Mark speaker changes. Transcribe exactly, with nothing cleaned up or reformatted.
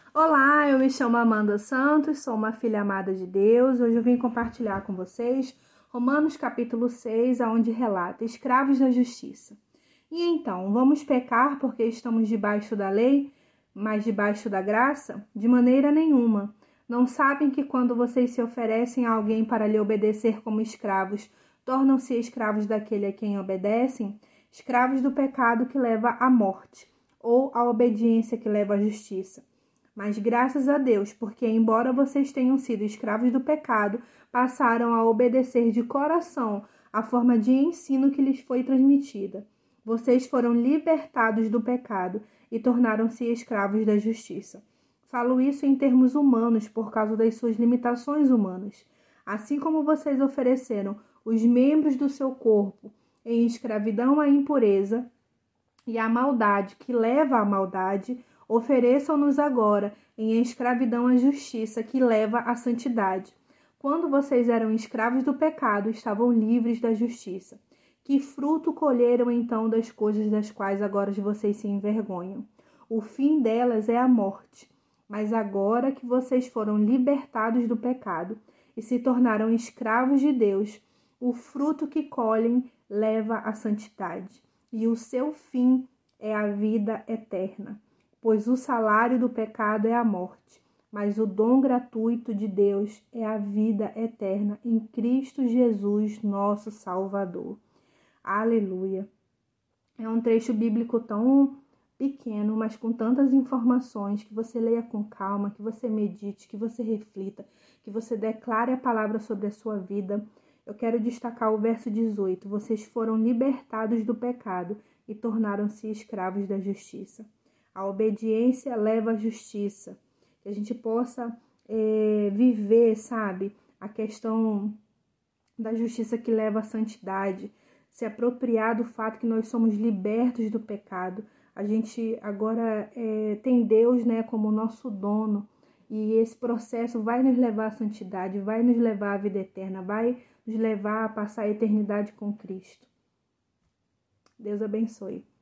Speaker 1: Olá, eu me chamo Amanda Santos, sou uma filha amada de Deus. Hoje eu vim compartilhar com vocês Romanos capítulo seis, onde relata escravos da justiça. E então, vamos pecar porque estamos debaixo da lei, mas debaixo da graça? De maneira nenhuma. Não sabem que quando vocês se oferecem a alguém para lhe obedecer como escravos, tornam-se escravos daquele a quem obedecem? Escravos do pecado que leva à morte, ou à obediência que leva à justiça. Mas graças a Deus, porque embora vocês tenham sido escravos do pecado, passaram a obedecer de coração a forma de ensino que lhes foi transmitida. Vocês foram libertados do pecado e tornaram-se escravos da justiça. Falo isso em termos humanos por causa das suas limitações humanas. Assim como vocês ofereceram os membros do seu corpo em escravidão à impureza e à maldade que leva à maldade, ofereçam-nos agora em escravidão à justiça que leva à santidade. Quando vocês eram escravos do pecado, estavam livres da justiça. Que fruto colheram então das coisas das quais agora vocês se envergonham? O fim delas é a morte. Mas agora que vocês foram libertados do pecado e se tornaram escravos de Deus, o fruto que colhem leva à santidade, e o seu fim é a vida eterna. Pois o salário do pecado é a morte, mas o dom gratuito de Deus é a vida eterna em Cristo Jesus, nosso Salvador. Aleluia! É um trecho bíblico tão pequeno, mas com tantas informações, que você leia com calma, que você medite, que você reflita, que você declare a palavra sobre a sua vida. Eu quero destacar o verso dezoito. Vocês foram libertados do pecado e tornaram-se escravos da justiça. A obediência leva à justiça. Que a gente possa é, viver, sabe, a questão da justiça que leva à santidade. Se apropriar do fato que nós somos libertos do pecado. A gente agora é, tem Deus, né, como nosso dono. E esse processo vai nos levar à santidade, vai nos levar à vida eterna, vai nos levar a passar a eternidade com Cristo. Deus abençoe.